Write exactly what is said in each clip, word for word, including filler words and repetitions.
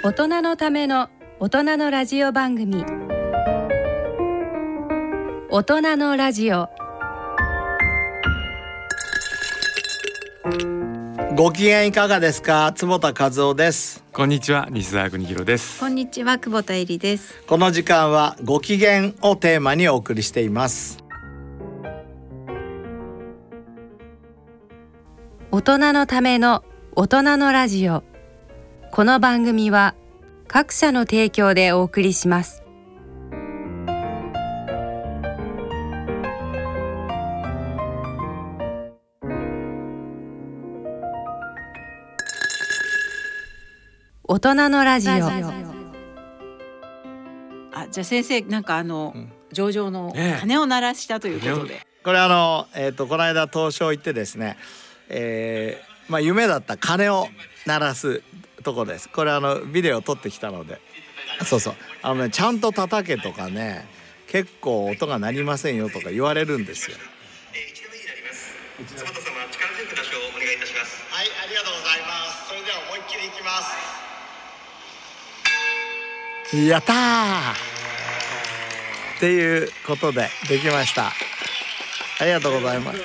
大人のための大人のラジオ番組、大人のラジオ。 ご機嫌いかがですか。坪田和夫です。 こんにちは、西澤邦弘です。 こんにちは、久保田恵里です。 この時間はご機嫌をテーマにお送りしています。 大人のための大人のラジオ。この番組は各社の提供でお送りします。大人のラジオ。 あ、じゃあ先生、なんかあの、うん、上々の鐘を鳴らしたということで、 ね、これあの、えーと、この間東証行ってですね、えーまあ、夢だった鐘を鳴らすところです。これあのビデオ撮ってきたので、そうそう、あのね、ちゃんと叩けとかね、結構音が鳴りませんよとか言われるんですよ。 一度目になります。坪田様、力強く打唱をお願いいたします。 はい、ありがとうございます。それでは思いっきりいきます。やったーっていうことでできました。ありがとうございます。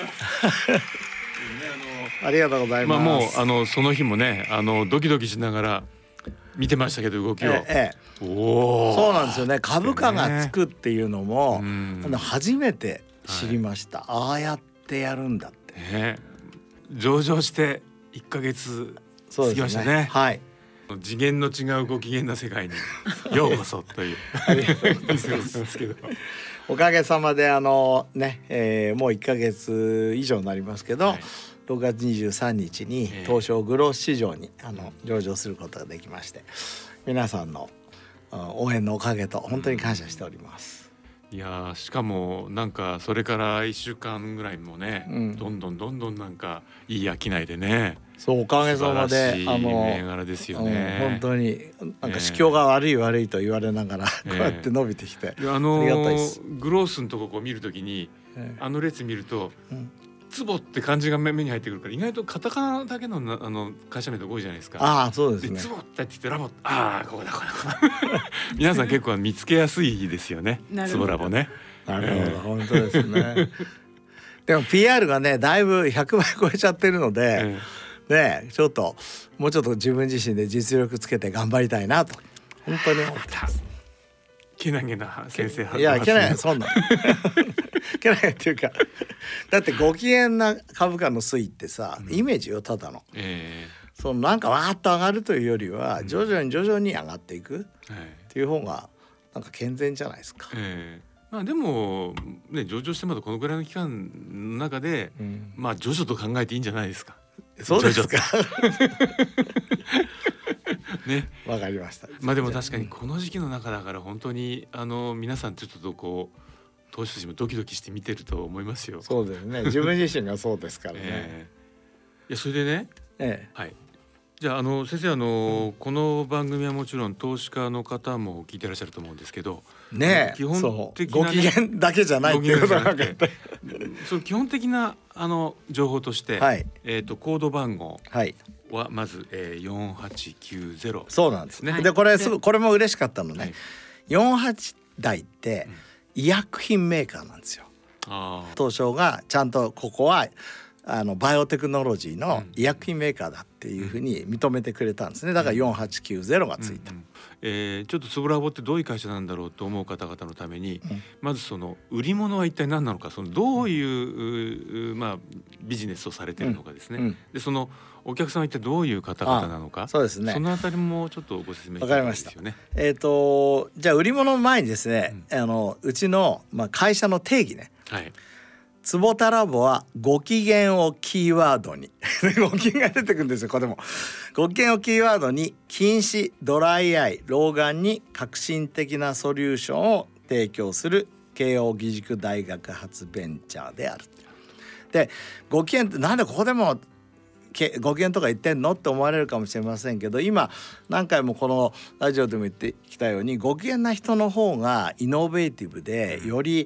ありがとうございます。 まあ、もうあのその日もね、あのドキドキしながら見てましたけど、動きを、えええ、おそうなんですよね。株価がつくっていうのも、ね、あの初めて知りました、はい、ああやってやるんだって、 ね、上場していっかげつ過ぎました ね, ねはい、 次元の違うご機嫌な世界にようこそというありがとうございますけどおかげさまであのね、えー、もういっかげつ以上になりますけど、はい、ろくがつにじゅうさんにちに東証グロース市場にあの上場することができまして、皆さんの応援のおかげと本当に感謝しております。 いや、しかもなんかそれからいっしゅうかんぐらいもね、うん、どんどんどんどんなんかいい商いでね、 そう、おかげさまであの銘柄ですよね、 うん、本当になんか市況が悪い悪いと言われながら、えー、こうやって伸びてきて、 えー、あのー、ありがたいです。グロースのとここう見るときに、えー、あの列見ると、うん、ツボって漢字が目に入ってくるから、意外とカタカナだけ の, あの会社名と多いじゃないですか。 ああ、そうですね。 ツボって言ってラボ、ああここだここだ皆さん結構見つけやすいですよねツボラボね。 なるほど、えー、本当ですねでも ピーアール がねだいぶひゃくばい超えちゃってるので、えー、ね、ちょっともうちょっと自分自身で実力つけて頑張りたいなと本当に思ってます。 けなげな先生、 いや、けなげ、そんなけなげっていうか、だってご機嫌な株価の推移ってさ、イメージよ、ただの、えー、そのなんかわーっと上がるというよりは、うん、徐々に徐々に上がっていくっていう方がなんか健全じゃないですか。 えーまあ、でも、ね、上場してまだこのぐらいの期間の中で、うん、まあ徐々と考えていいんじゃないですか。 そうですかね、 わかりました。 まあでも確かにこの時期の中だから本当にあの皆さんちょっとこう投資筋もドキドキして見てると思いますよ。 そうですね。自分自身がそうですからね。 えー、いやそれでね、 ええ、 はい。じゃあ、あの先生、あの、うん、この番組はもちろん投資家の方も聞いてらっしゃると思うんですけど、 ねえ、 基本的な、ね、 ご機嫌だけじゃないっていうことが分かって、 その基本的なあの情報として、はい、えーと、コード番号はまず、えー、よんはちきゅうゼロ、 そうなんですね。でこれすぐこれも嬉しかったのね、はい、よんはち台って医薬品メーカーなんですよ。あ、東証がちゃんとここはあのバイオテクノロジーの医薬品メーカーだっていうふうに認めてくれたんですね。だからよんはちきゅうゼロがついた、うんうん、 えー、ちょっとツボラボってどういう会社なんだろうと思う方々のために、うん、まずその売り物は一体何なのか、そのどういう、まあ、ビジネスをされてるのかですね、うんうん、でそのお客さんは一体どういう方々なのか、 そうですね、 そのあたりもちょっとご説明いただきたいですよね。 わかりました。えーと、じゃあ売り物の前にですね、うん、あのうちの、まあ、会社の定義ね、はい、坪田ラボはご機嫌をキーワードにご機嫌が出てくるんですよ。これもご機嫌をキーワードに近視、ドライアイ、老眼に革新的なソリューションを提供する慶應義塾大学発ベンチャーである。で、ご機嫌ってなんでここでもご機嫌とか言ってんのって思われるかもしれませんけど、今何回もこのラジオでも言ってきたように、ご機嫌な人の方がイノベーティブでより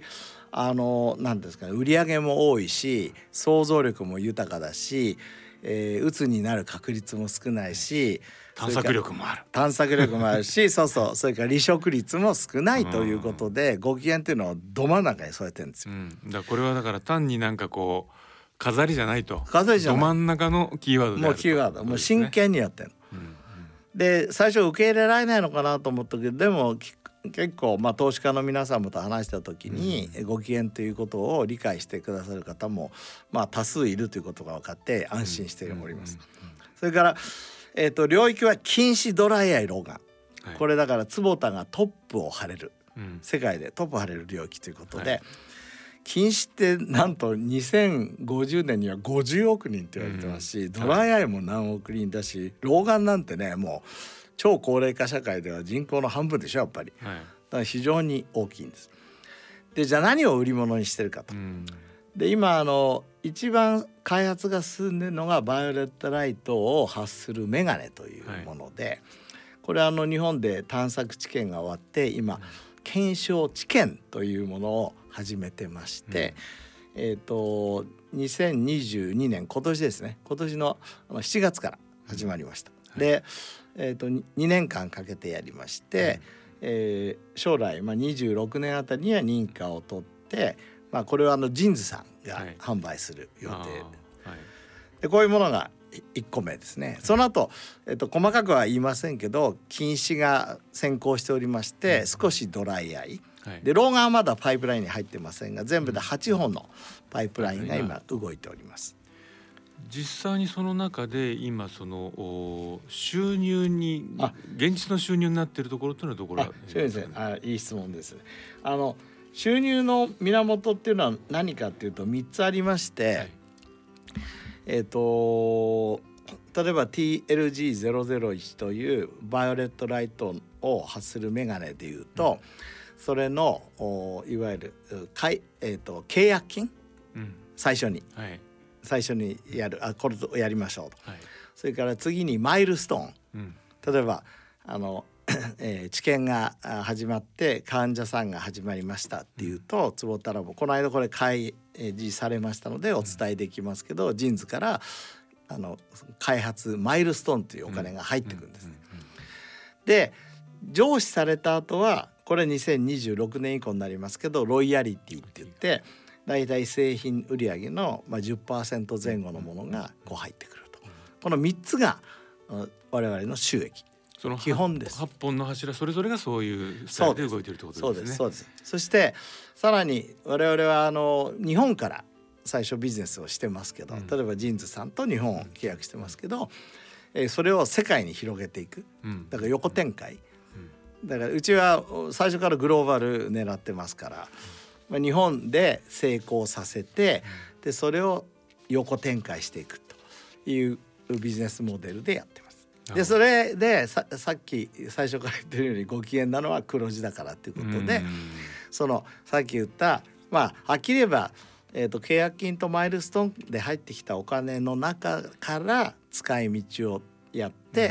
あのなんですかね、売り上げも多いし想像力も豊かだし、えー、鬱になる確率も少ないし、 探索力もある探索力もあるしそうそう、それから離職率も少ないということで、うん、ご機嫌っていうのをど真ん中に添えてるんですよ、うん、 だからこれはだから単になんかこう飾りじゃないと、 飾りじゃない、 ど真ん中のキーワードであると、 もうキーワード、もう真剣にやってるの、うんうん、で最初受け入れられないのかなと思ったけど、でも結構、まあ、投資家の皆さんもと話した時に、うん、ご機嫌ということを理解してくださる方も、まあ、多数いるということが分かって安心しております、うんうんうん、それから、えーと、領域は近視、ドライアイ、老眼、はい、これだから坪田がトップを張れる、うん、世界でトップを張れる領域ということで、はい、近視ってなんとにせんごじゅうねんにはごじゅうおくにんって言われてますし、うん、ドライアイも何億人だし、老眼なんてね、もう超高齢化社会では人口の半分でしょやっぱり、はい、だから非常に大きいんです。でじゃあ何を売り物にしてるかと、うん、で今あの一番開発が進んでるのがバイオレットライトを発するメガネというもので、はい、これはあの日本で探索治験が終わって今、うん、検証治験というものを始めてまして、うん、えーとにせんにじゅうにねん、今年ですね、今年のしちがつから始まりました、うん、で、はい、えーとにねんかんかけてやりまして、うん、えー、将来、まあ、にじゅうろくねんあたりには認可を取って、まあ、これはあのジンズさんが販売する予定、はい、でこういうものがいっこめですね。その後、えーと細かくは言いませんけど近視が先行しておりまして、うん、少しドライアイ、はい、で老眼はまだパイプラインに入ってませんが全部ではちほんのパイプラインが今動いております。 実際にその中で今その収入に現実の収入になっているところというのはどころですかね。あ、いい質問です。あの収入の源っていうのは何かっていうとみっつありまして、はい、えっと例えば ティーエルジーゼロゼロいち というバイオレットライトを発するメガネでいうと、うん、それのいわゆるかい、えー、と契約金、うん、最初に、はい、最初にやる、あ、これをやりましょうと、はい、それから次にマイルストーン、うん、例えばあの、えー、治験が始まって患者さんが始まりましたっていうと、うん、坪田ラボこの間これ開示されましたのでお伝えできますけど、うん、ジンズからあの開発マイルストーンというお金が入ってくるんですね、うんうんうん、で上市された後はこれにせんにじゅうろくねん以降になりますけどロイヤリティって言ってだいたい製品売上の じゅっパーセント 前後のものがこう入ってくると、このみっつが我々の収益、その基本です。 はっぽんの柱それぞれがそういうスタイルで動いているってことですね。 そうです、そうです。そしてさらに我々はあの日本から最初ビジネスをしてますけど、うん、例えばジンズさんと日本を契約してますけど、えー、それを世界に広げていく、うん、だから横展開、うん、だからうちは最初からグローバル狙ってますから、まあ、日本で成功させて、うん、でそれを横展開していくというビジネスモデルでやってます。でそれで さ, さっき最初から言ってるようにご機嫌なのは黒字だからということで、そのさっき言ったまあはっきり言えばえー、と契約金とマイルストーンで入ってきたお金の中から使い道をやって、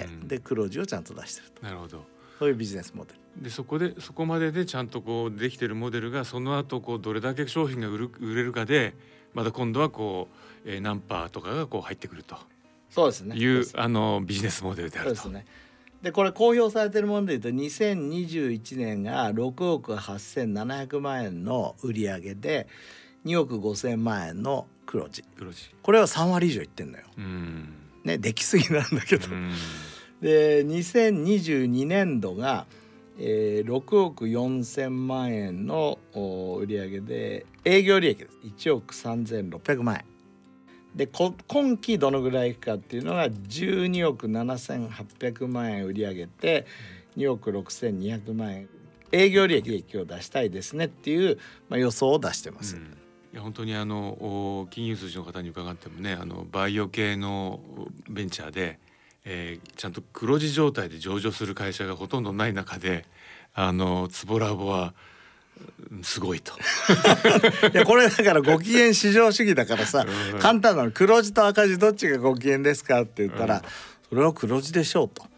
うん、で黒字をちゃんと出してると。 なるほど。 そういうビジネスモデルで、そこでそこまででちゃんとこうできてるモデルがその後こうどれだけ商品が売る売れるかでまた今度はこう、えー、ナンパーとかがこう入ってくると。 そうですね。 いうあのビジネスモデルであると。 そうですね。でこれ公表されているものでいうとにせんにじゅういちねんがろくおくはっせんななひゃくまんえんの売り上げでにおくごせんまんえんの黒字。黒字。これはさんわり以上いってんのよ。うん、ね、できすぎなんだけど。でにせんにじゅうにねんどが、えー、ろくおくよんせんまんえんの売り上げで営業利益です。いちおくさんぜんろっぴゃくまんえん。で今期どのぐらいいくかっていうのがじゅうにおくななせんはっぴゃくまんえん売り上げてにおくろくせんにひゃくまんえん営業利益を出したいですねっていう、まあ、予想を出してます。うん、いや本当にあの金融筋の方に伺ってもね、あのバイオ系のベンチャーで、えー、ちゃんと黒字状態で上場する会社がほとんどない中で、あの坪ラボはすごいといやこれだからご機嫌市場主義だからさ、うん、簡単なの黒字と赤字どっちがご機嫌ですかって言ったら、うん、それは黒字でしょうと。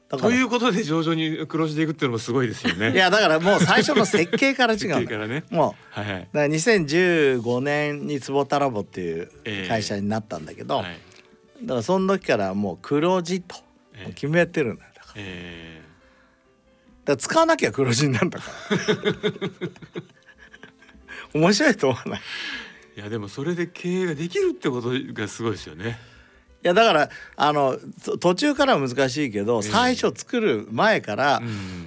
ということで上々に黒字でいくっていうのもすごいですよね。 いやだからもう最初の設計から違うんだ設計からね。 もう、はいはい、だからにせんじゅうごねんに坪田ラボっていう会社になったんだけど、えーはい、だからその時からもう黒字と決めてるんだよ。だから、えー、だから使わなきゃ黒字になるんだから面白いと思わない？ いやでもそれで経営ができるってことがすごいですよね。 いやだからあの途中からは難しいけど、えー、最初作る前から、うん、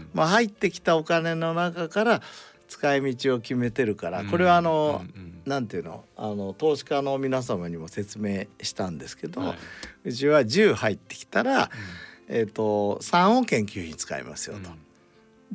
まあ、入ってきたお金の中から使い道を決めてるから、うん、これはあの、うんうん、なんていうの、あの投資家の皆様にも説明したんですけど、はい、うちはじゅう入ってきたら、うん、えーと、さんを研究費に使いますよと、うん、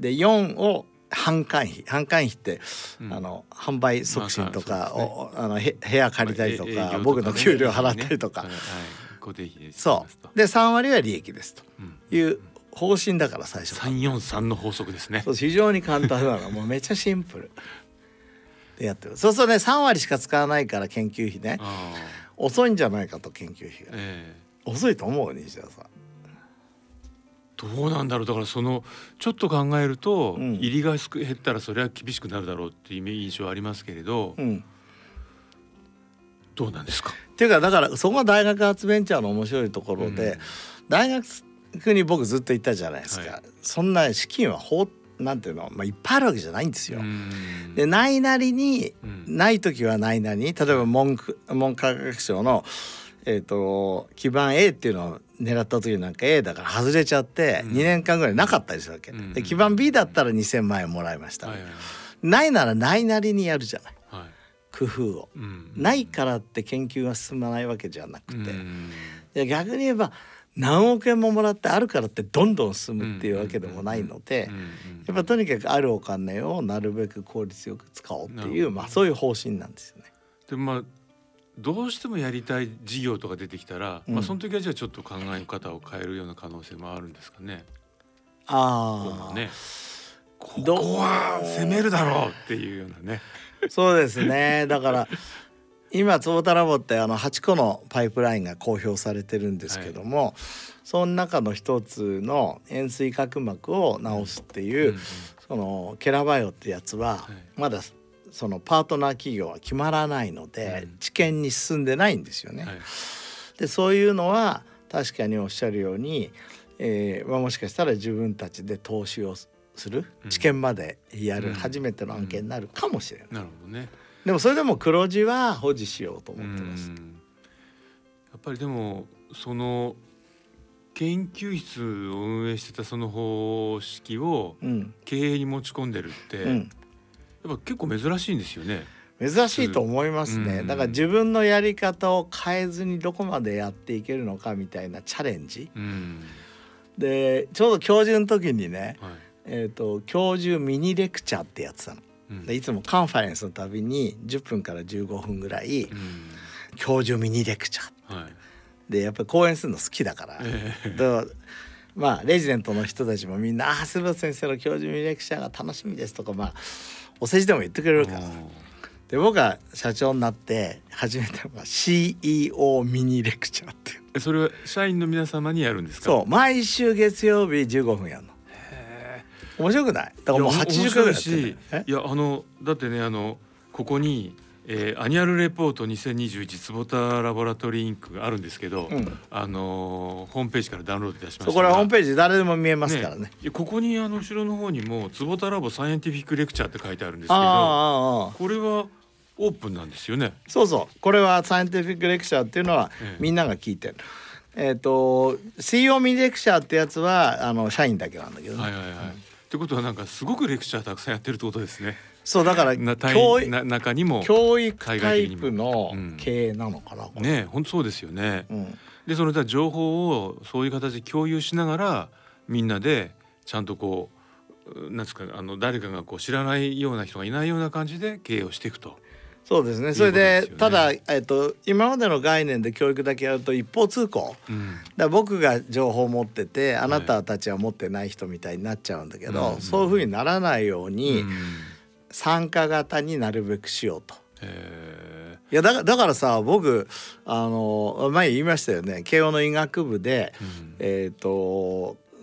でよんを販管費、販管費って、うん、あの販売促進とか、まあね、あの部屋借りたりとか、まあとかね、僕の給料払ったりとか、ね、はい、固定費です。そうでさん割は利益ですという方針だから最初さんよんさんの法則ですね。 そう非常に簡単なのもうめっちゃシンプルでやってる。そうするとねさん割しか使わないから研究費ね遅いんじゃないかと、研究費が、えー、遅いと思う西田さん。 どうなんだろう。だからそのちょっと考えると、うん、入りが減ったらそれは厳しくなるだろうっていう印象はありますけれど、うん、どうなんですか。 っていうかだからそこが大学発ベンチャーの面白いところで、うん、大学に僕ずっと言ったじゃないですか、はい、そんな資金は法なんていうの、まあ、いっぱいあるわけじゃないんですよ。でないなりに、うん、ない時はないなりに、例えば文科文科学省のえーと、基盤 A っていうのを狙った時なんか A だから外れちゃってにねんかんぐらいなかったりするわけ、うん、で基盤 B だったらにせんまんえんもらいました、はいはいはい、ないならないなりにやるじゃない、はい、工夫を、うん、ないからって研究が進まないわけじゃなくて、うん、で逆に言えば何億円ももらってあるからってどんどん進むっていうわけでもないので、やっぱとにかくあるお金をなるべく効率よく使おうっていう、まあ、そういう方針なんですよね。 でまあどうしてもやりたい事業とか出てきたら、うん、まあ、その時はじゃあちょっと考え方を変えるような可能性もあるんですかね。 ああ、 ね、ここは攻めるだろうっていうようなね。 そうですね。だから今坪田ラボってあのはちこのパイプラインが公表されてるんですけども、はい、その中の一つの塩水角膜を直すっていう、うんうん、そのケラバイオってやつは、はい、まだそのパートナー企業は決まらないので、うん、治験に進んでないんですよね、はい、でそういうのは確かにおっしゃるように、えーまあ、もしかしたら自分たちで投資をする、うん、治験までやる初めての案件になるかもしれない、うんうん、なるほどね。でもそれでも黒字は保持しようと思ってます。うん、やっぱりでもその研究室を運営してたその方式を経営に持ち込んでるって、うん、やっぱ結構珍しいんですよね。 珍しいと思いますね、うん、だから自分のやり方を変えずにどこまでやっていけるのかみたいなチャレンジ、うん、でちょうど教授の時にね、はい、えーと、教授ミニレクチャーってやつたの、うん、でいつもカンファレンスのたびにじゅっぷんからじゅうごふんぐらい、うん、教授ミニレクチャー、はい、でやっぱり講演するの好きだから、えー、だからまあレジデントの人たちもみんな「ああ須藤先生の教授ミニレクチャーが楽しみです」とか、まあお世辞でも言ってくれるから。で僕が社長になって始めたのが シーイーオー ミニレクチャーっていう。 それは社員の皆様にやるんですか？ そう、毎週月曜日じゅうごふんやるの。へー、面白くない？だからもうはちじゅっかいぐらいやってる、ね、 いやあのだってね、あのここに、えー、アニュアルレポートにせんにじゅういち坪田ラボラトリーインクがあるんですけど、うん、あのホームページからダウンロードいたしました。 これはホームページ誰でも見えますからね。 ね、ここにあの後ろの方にも坪田ラボサイエンティフィックレクチャーって書いてあるんですけど、あこれはオープンなんですよね。 そうそう、これはサイエンティフィックレクチャーっていうのは、ええ、みんなが聞いてる。えっ、ー、と シーイーオー ミニレクチャーってやつはあの社員だけなんだけどね。はいはいはい。うん、 ってことはなんかすごくレクチャーたくさんやってるってことですね。 そうだから教育中にも教育タイプの経営なのかな、 うん、ね、本当そうですよね。うん、でその情報をそういう形で共有しながらみんなでちゃんとこうなんですか、あの誰かがこう知らないような人がいないような感じで経営をしていくと。 そうですね。それで、ね、ただ、えっと、今までの概念で教育だけやると一方通行、うん、だから僕が情報を持っててあなたたちは持ってない人みたいになっちゃうんだけど、はい、そういうふうにならないように、うん、参加型になるべくしようと。へー。いやだから、だからさ、僕あの前言いましたよね、慶応の医学部で、うん、えーと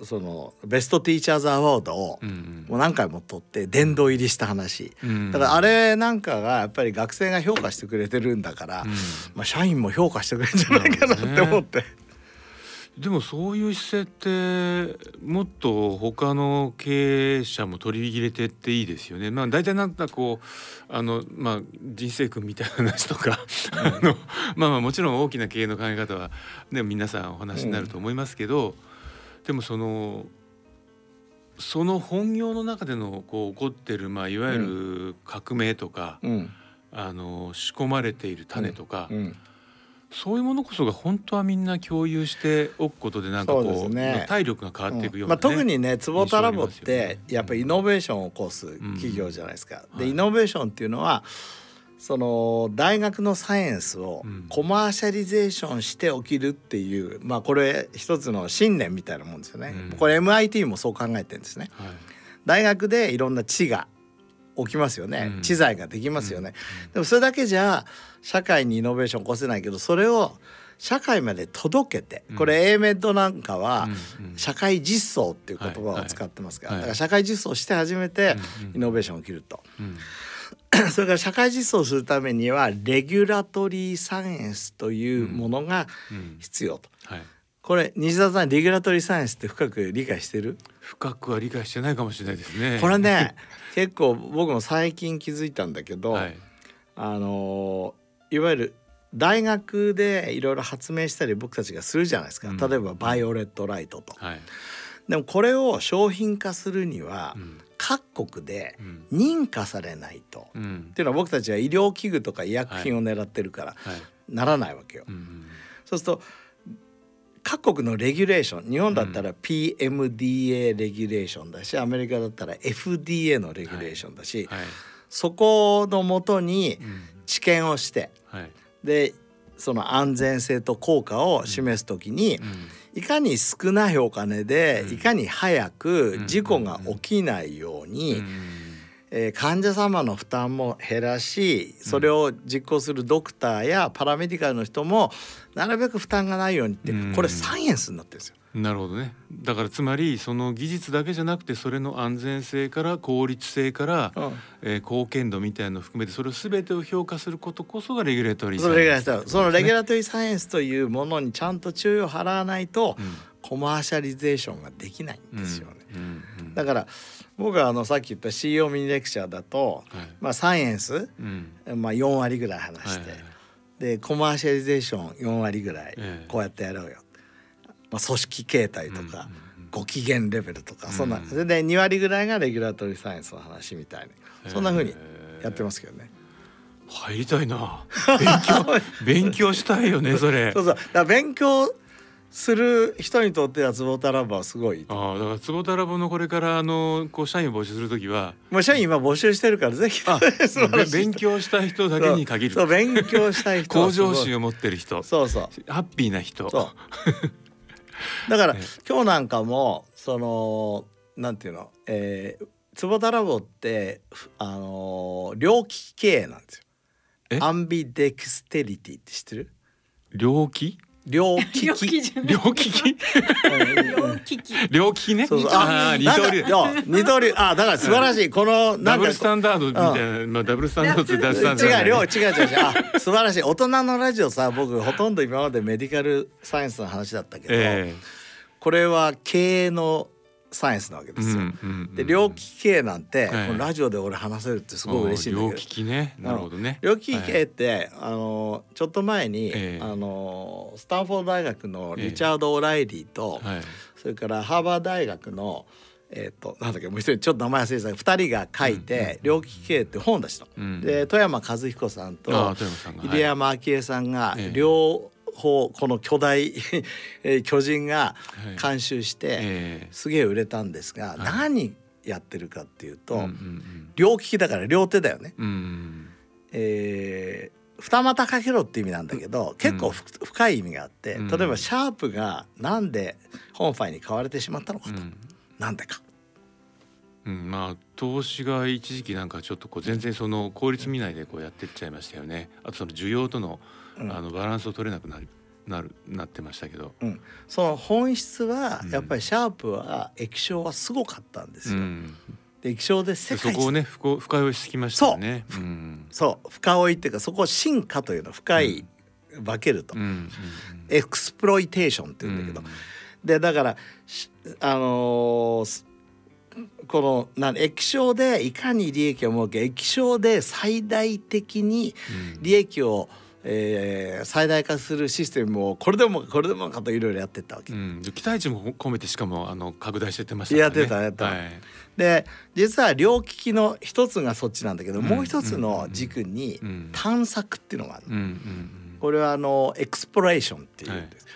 そのベストティーチャーズアワードをもう何回も取って殿堂入りした話、うん、だからあれなんかがやっぱり学生が評価してくれてるんだから、うん、まあ、社員も評価してくれるんじゃないかなって思って、ね、 でもそういう姿勢ってもっと他の経営者も取り入れてっていいですよね。まあ大体なんかこうあのまあ人生訓みたいな話とかあのまあまあもちろん大きな経営の考え方はね皆さんお話になると思いますけど、うん、でもそのその本業の中でのこう起こってるまあいわゆる革命とか、うん、あの仕込まれている種とか。うんうん、そういうものこそが本当はみんな共有しておくことでなんかこう、ね、体力が変わっていくような、ね、 うん、まあ、特にね坪田ラボってやっぱりイノベーションを起こす企業じゃないですか、うん、でイノベーションっていうのはその大学のサイエンスをコマーシャリゼーションして起きるっていう、まあこれ一つの信念みたいなもんですよね、うん、これ エムアイティー もそう考えてるんですね、はい、大学でいろんな知が起きますよね、うん、知財ができますよね、うん、でもそれだけじゃ社会にイノベーション起こせないけど、それを社会まで届けて、うん、これ エーメッド なんかは社会実装っていう言葉を使ってますから、はいはい、だから社会実装して初めてイノベーション起きると、うんうん、それから社会実装するためにはレギュラトリーサイエンスというものが必要と、うんうん、はい、これ西澤さんレギュラトリーサイエンスって深く理解してる？ 深くは理解してないかもしれないですね。 これね結構僕も最近気づいたんだけど、はい、あのいわゆる大学でいろいろ発明したり僕たちがするじゃないですか、うん、例えばバイオレットライトと、はい、でもこれを商品化するには、うん、各国で認可されないと、うん、っていうのは僕たちは医療器具とか医薬品を狙ってるからならないわけよ、はいはい、そうすると各国のレギュレーション、日本だったら ピーエムディーエー レギュレーションだし、アメリカだったら エフディーエー のレギュレーションだし、はいはい、そこのもとに治験をして、うん、はい、でその安全性と効果を示すときに、うんうん、いかに少ないお金で、うん、いかに早く事故が起きないように、うんうんうん、えー、患者様の負担も減らし、それを実行するドクターやパラメディカルの人もなるべく負担がないようにって、うん、これサイエンスになってるんですよ。 なるほどね。だからつまりその技術だけじゃなくてそれの安全性から効率性から、うん、えー、貢献度みたいなのを含めてそれを全てを評価することこそがレギュレートリーサイエンス、ね、 そのレギュラトリーサイエンスというものにちゃんと注意を払わないと、うん、コマーシャリゼーションができないんですよね、うんうんうん、だから僕はあのさっき言った シーイーオー ミニレクチャーだと、はい、まあ、サイエンス、うん、まあ、よんわりぐらい話して、はいはい、でコマーシャリゼーションよんわりぐらいこうやってやろうよ、まあ、組織形態とか、うんうんうん、ご機嫌レベルとか、そんな、それでにわりぐらいがレギュラトリーサイエンスの話みたいに、そんな風にやってますけどね。 入りたいな。勉強勉強したいよねそれ。 そうそう。だから勉強する人にとっては坪田ラボはすごい。 ああ、だから坪田ラボのこれからあのこう社員募集するときは、 もう社員今募集してるからぜひ勉強したい人だけに限る。 そう、そう、勉強したい人、 向上心を持ってる人、 そうそう、 ハッピーな人。 そうだから、ね、今日なんかもそのなんていうの、えー、坪田ラボってあのー、両利き経営なんですよ。アンビデクステリティって知ってる？ 両利き？ 両利き両利き両利き両利きね。 そうそう、あ、二刀流二刀流、あ、だから素晴らしい、このダブルスタンダードみたいな、うん、まあダブルスタンダードってダブルスタンダード、 違う、両違う違う違う、あ、素晴らしい。大人のラジオさ、僕ほとんど今までメディカルサイエンスの話だったけど、えー、これは経営のサイエンスなわけですよ、うんうんうん、で両利き経営なんて、はい、このラジオで俺話せるってすごい嬉しいんだけど、 両利きね、なるほどね。 両利き経営って、はい、あのちょっと前に、えー、あのスタンフォード大学のリチャード・オライリーと、えーはい、それからハーバード大学のえー、となんだっけ、もう一人ちょっと名前忘れてたけどふたりが書いて、うんうん、両利き経営って本を出した、うん、で富山和彦さんと入山昭恵さんが両方この巨大巨人が監修して、はい、えー、すげえ売れたんですが、はい、何やってるかっていうと、うんうんうん、両利きだから両手だよね、うんうん、えー、二股かけろって意味なんだけど、うん、結構深い意味があって、うん、例えばシャープがなんで本ファイに買われてしまったのかと、うん、なんでか、 うん、まあ投資が一時期なんかちょっとこう全然その効率見ないでこうやってっちゃいましたよね。あとその需要との、うん、あのバランスを取れなくななるなってましたけど、 うん、その本質はやっぱりシャープは液晶はすごかったんですよ、うん、で液晶で世界そこをね深追いしてきましたよね。 そう、うん、そう深追いっていうかそこを進化というの深い、うん、分けると、うんうんうん、エクスプロイテーションっていうんだけど、うん、でだからあのー、このなん液晶でいかに利益を儲け液晶で最大的に利益を、うんえー、最大化するシステムをこれでもこれでもかといろいろやってったわけ、うん、 期待値も込めてしかもあの拡大してってましたからね。 やってたやった、はい、で実は両利きの一つがそっちなんだけど、うん、もう一つの軸に探索っていうのがある、うんうんうん、これはあのエクスプロレーションっていうんです、はい、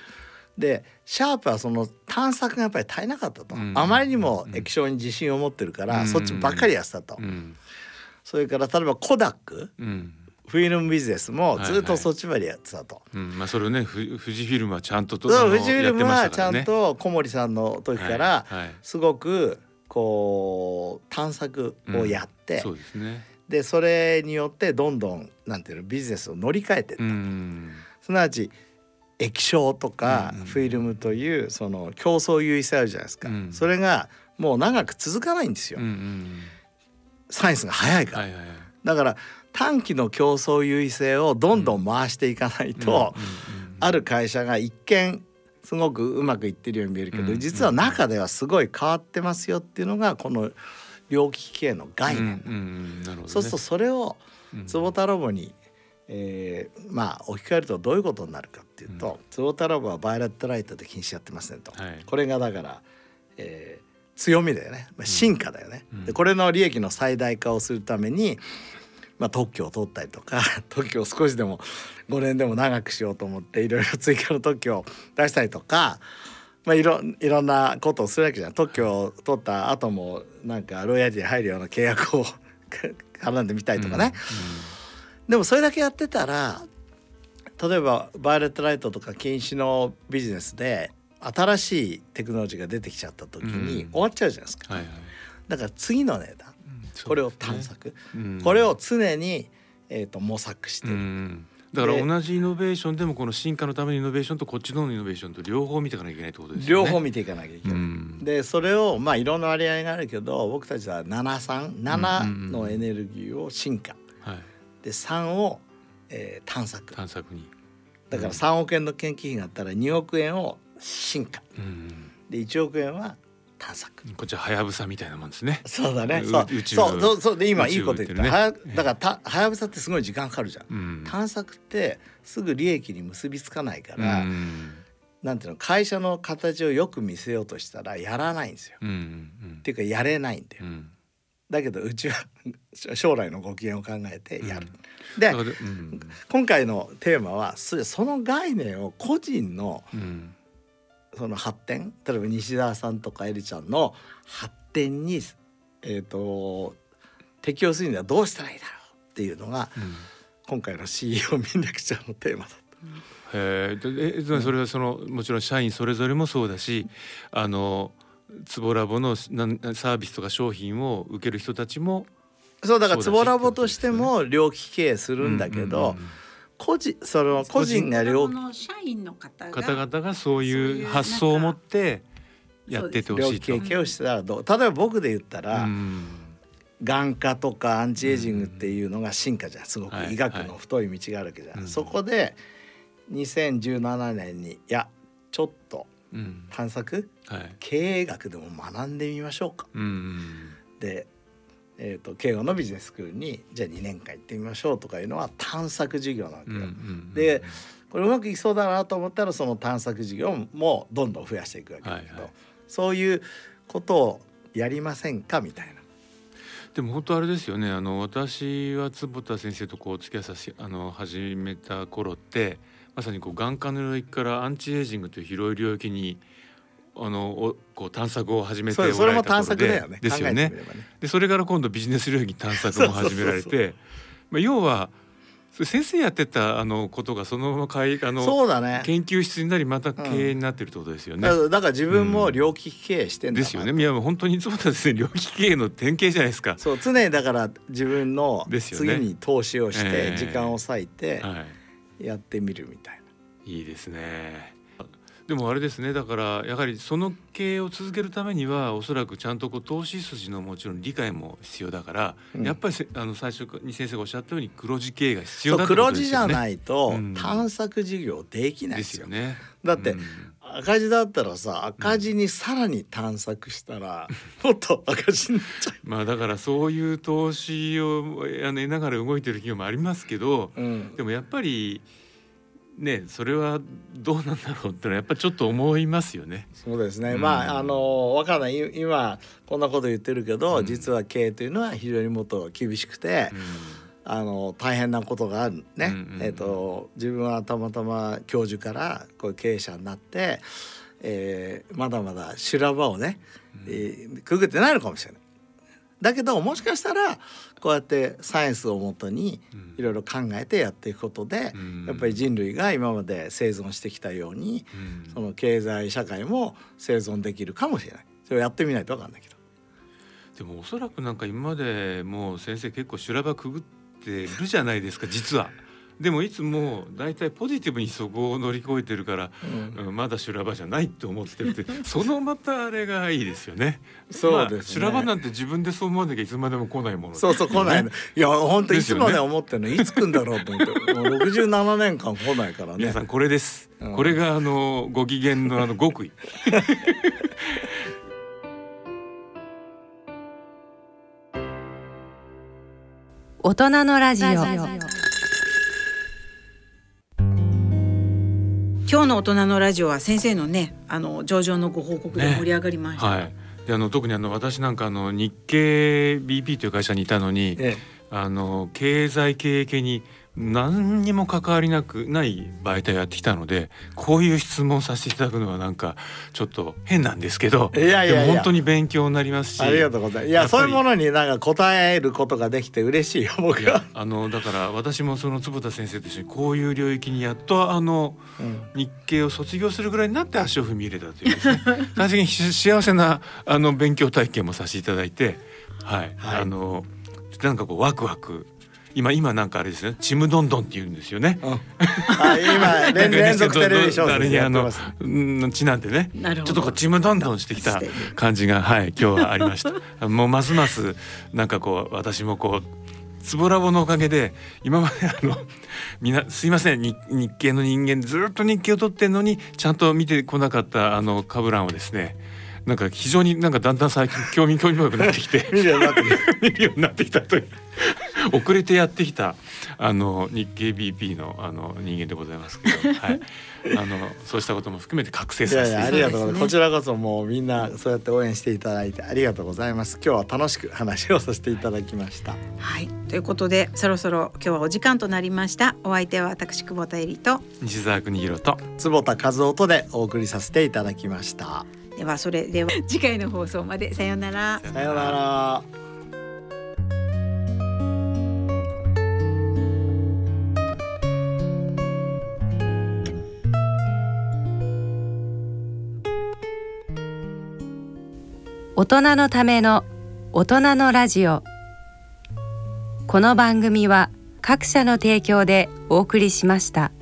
でシャープはその探索がやっぱり足りなかったと、うん、あまりにも液晶に自信を持ってるから、うん、そっちばっかりやってたと、うん、それから例えばコダック、うんフィルムビジネスもずっとそっちまでやってたと、はいはいうんまあ、それをね富士フィルムはちゃんとと富士フィルムはちゃんと小森さんの時からすごくこう探索をやって、うんそうですね、でそれによってどんどんなんていうのビジネスを乗り換えていった、うん、すなわち液晶とかフィルムというその競争優位性あるじゃないですか、うん、それがもう長く続かないんですよ、うんうん、サイエンスが早いから、はいはいはい、だから短期の競争優位性をどんどん回していかないと、ある会社が一見すごくうまくいってるように見えるけど、実は中ではすごい変わってますよっていうのがこの両利き系の概念、うんうんなるほどね、そうするとそれを坪田ラボに、えー、まあ置き換えるとどういうことになるかっていうと、うん、坪田ラボはバイオレットライトで禁止やってませんと、はい、これがだから、えー、強みだよね、進化だよね、うん、でこれの利益の最大化をするためにまあ、特許を取ったりとか特許を少しでもごねんでも長くしようと思っていろいろ追加の特許を出したりとか、まあ、いろ、いろんなことをするわけじゃん。特許を取った後もなんかロイヤリティ入るような契約を絡んでみたいとかね、うんうん、でもそれだけやってたら例えばバイオレットライトとか禁止のビジネスで新しいテクノロジーが出てきちゃった時に終わっちゃうじゃないですか、うんはいはい、だから次の値段これを探索、うん、これを常に、えー、と模索してる、うん、 だから同じイノベーションでもこの進化のためのイノベーションとこっちのイノベーションと両方見ていかなきゃいけないってことですよね。 両方見ていかなきゃいけない、うん、でそれをまあいろんな割合があるけど僕たちはななさんななのエネルギーを進化、うんうんうん、でさんを、えー、探索探索にだからさんおくえんの研究費があったらにおくえんを進化、うん、でいちおくえんは探索。 こっちははやぶさみたいなもんですね。 そうだね。そう宇宙そうそうそうで今いいこと言った。ね、はだからたはやぶさってすごい時間かかるじゃん、うん。探索ってすぐ利益に結びつかないから、うん、なんていうの会社の形をよく見せようとしたらやらないんですよ。うんうん、っていうかやれないんだよ。うん、だけどうちは将来のご機嫌を考えてやる。うん、で、うん、今回のテーマはその概念を個人の、うんその発展例えば西澤さんとかエリちゃんの発展に、えー、と適応するにはどうしたらいいだろうっていうのが、うん、今回の シーイーオー ミンレクチャーのテーマだった。 へえそれはそのもちろん社員それぞれもそうだしあの坪ラボのサービスとか商品を受ける人たちもそうだから坪ラボとしても両利き経営するんだけど、うんうんうん個人その個人が両の社員の方が方々がそういう発想を持ってやっててほしいと。 両経験をしたらどう例えば僕で言ったら、うん、眼科とかアンチエイジングっていうのが進化じゃんすごく医学の太い道があるわけじゃん、はいはい、そこでにせんじゅうななねんにいやちょっと探索、うんはい、経営学でも学んでみましょうか、うん、でえー、と慶応のビジネススクールにじゃあにねんかん行ってみましょうとかいうのは探索授業なわけよ、うんうんうん、でこれうまくいきそうだなと思ったらその探索授業もどんどん増やしていくわけだけど、はいはい、そういうことをやりませんかみたいな。 でも本当あれですよねあの私は坪田先生とこうお付き合いさせあの始めた頃ってまさにこう眼科の領域からアンチエイジングという広い領域にあのこう探索を始めておられた頃で、それも探索だよね。ですよね。でそれから今度ビジネス領域探索も始められて、まあ要は先生やってたあのことがそのまま会あのそうだ、ね、研究室になりまた経営になってるってことですよね。 うん、だから自分も両利き経営してんだ、 うん、ですよね。いや本当にそうですね。両利き経営の典型じゃないですか。 そう常にだから自分の次に投資をして時間を割いてやってみるみたいな。 いいですね。でもあれですね、だからやはりその経営を続けるためにはおそらくちゃんとこう投資筋のもちろん理解も必要だから、うん、やっぱりあの最初に先生がおっしゃったように黒字経営が必要だってことですよね。 そう黒字じゃないと探索事業できないですよ、 うん、ですよね。 だって、うん、赤字だったらさ赤字にさらに探索したら、うん、もっと赤字になっちゃうまあだからそういう投資をあの得ながら動いてる企業もありますけど、うん、でもやっぱりね、それはどうなんだろうってのはやっぱりちょっと思いますよね。 そうですね、うん、まああの分かんない今こんなこと言ってるけど、うん、実は経営というのは非常にもっと厳しくて、うん、あの大変なことがあるね、うんうんうん、えーと、自分はたまたま教授からこう経営者になって、えー、まだまだ修羅場をね、うんえー、くぐってないのかもしれない。だけどもしかしたらこうやってサイエンスをもとにいろいろ考えてやっていくことで、うん、やっぱり人類が今まで生存してきたように、うん、その経済社会も生存できるかもしれない。それをやってみないと分かんないけど。 でもおそらくなんか今までもう先生結構修羅場くぐってるじゃないですか実は。でもいつもだいたいポジティブにそこを乗り越えてるから、うんうん、まだ修羅場じゃないって思ってるってそのまたあれがいいですよね。 そうですね、まあ、 修羅場なんて自分でそう思わなきゃいつまでも来ないもの、ね、 そうそう来ないの。いや本当いつもね思ってるのいつ来んだろうと思ってもうろくじゅうななねんかん来ないからね。 皆さんこれです、うん、これがあのご機嫌のあの極意大人のラジオ。 今日の大人のラジオは先生のねあの上場のご報告で盛り上がりました、ねはい、 であの特にあの私なんかあの日経 ビーピー という会社にいたのに、ええ、あの経済経営系に何にも関わりなくない媒体をやってきたのでこういう質問させていただくのはなんかちょっっと変なんですけど、いやいやいやでも本当に勉強になりますし、 ありがとうございます。いやそういうものになんか答えることができて嬉しいよ僕は。 あのだから私もその坪田先生と一緒にこういう領域にやっとあの、うん、日経を卒業するぐらいになって足を踏み入れたというですね最終的に幸せなあの勉強体験もさせていただいて、はい、はい、あのなんかこうワクワク今今なんかあれですねちむどんどんって言うんですよね、うん、 あ今連, 連続テレビ小説やってます、 ね、ちなんてねちょっとこうちむどんどんしてきた感じがはい今日はありましたもうますますなんかこう私もこうつぼラボのおかげで今まであのみなすいません 日, 日経の人間ずっと日経を取ってんのにちゃんと見てこなかったあのカブランをですねなんか非常になんかだんだん最近興味興味深くなってきて見るようになってきた見るようになってきたという遅れてやってきたあの日経 ビーピー の, あの人間でございますけど、はい、あのそうしたことも含めて覚醒させていただいて、 いやいやありがとうございます。こちらこそもうみんなそうやって応援していただいてありがとうございます。今日は楽しく話をさせていただきました。 はい、ということでそろそろ今日はお時間となりました。お相手は私久保田恵里と西澤邦弘と坪田和夫とでお送りさせていただきました。 ではそれでは次回の放送までさようなら。 さようなら。 大人のための大人のラジオ。この番組は各社の提供でお送りしました。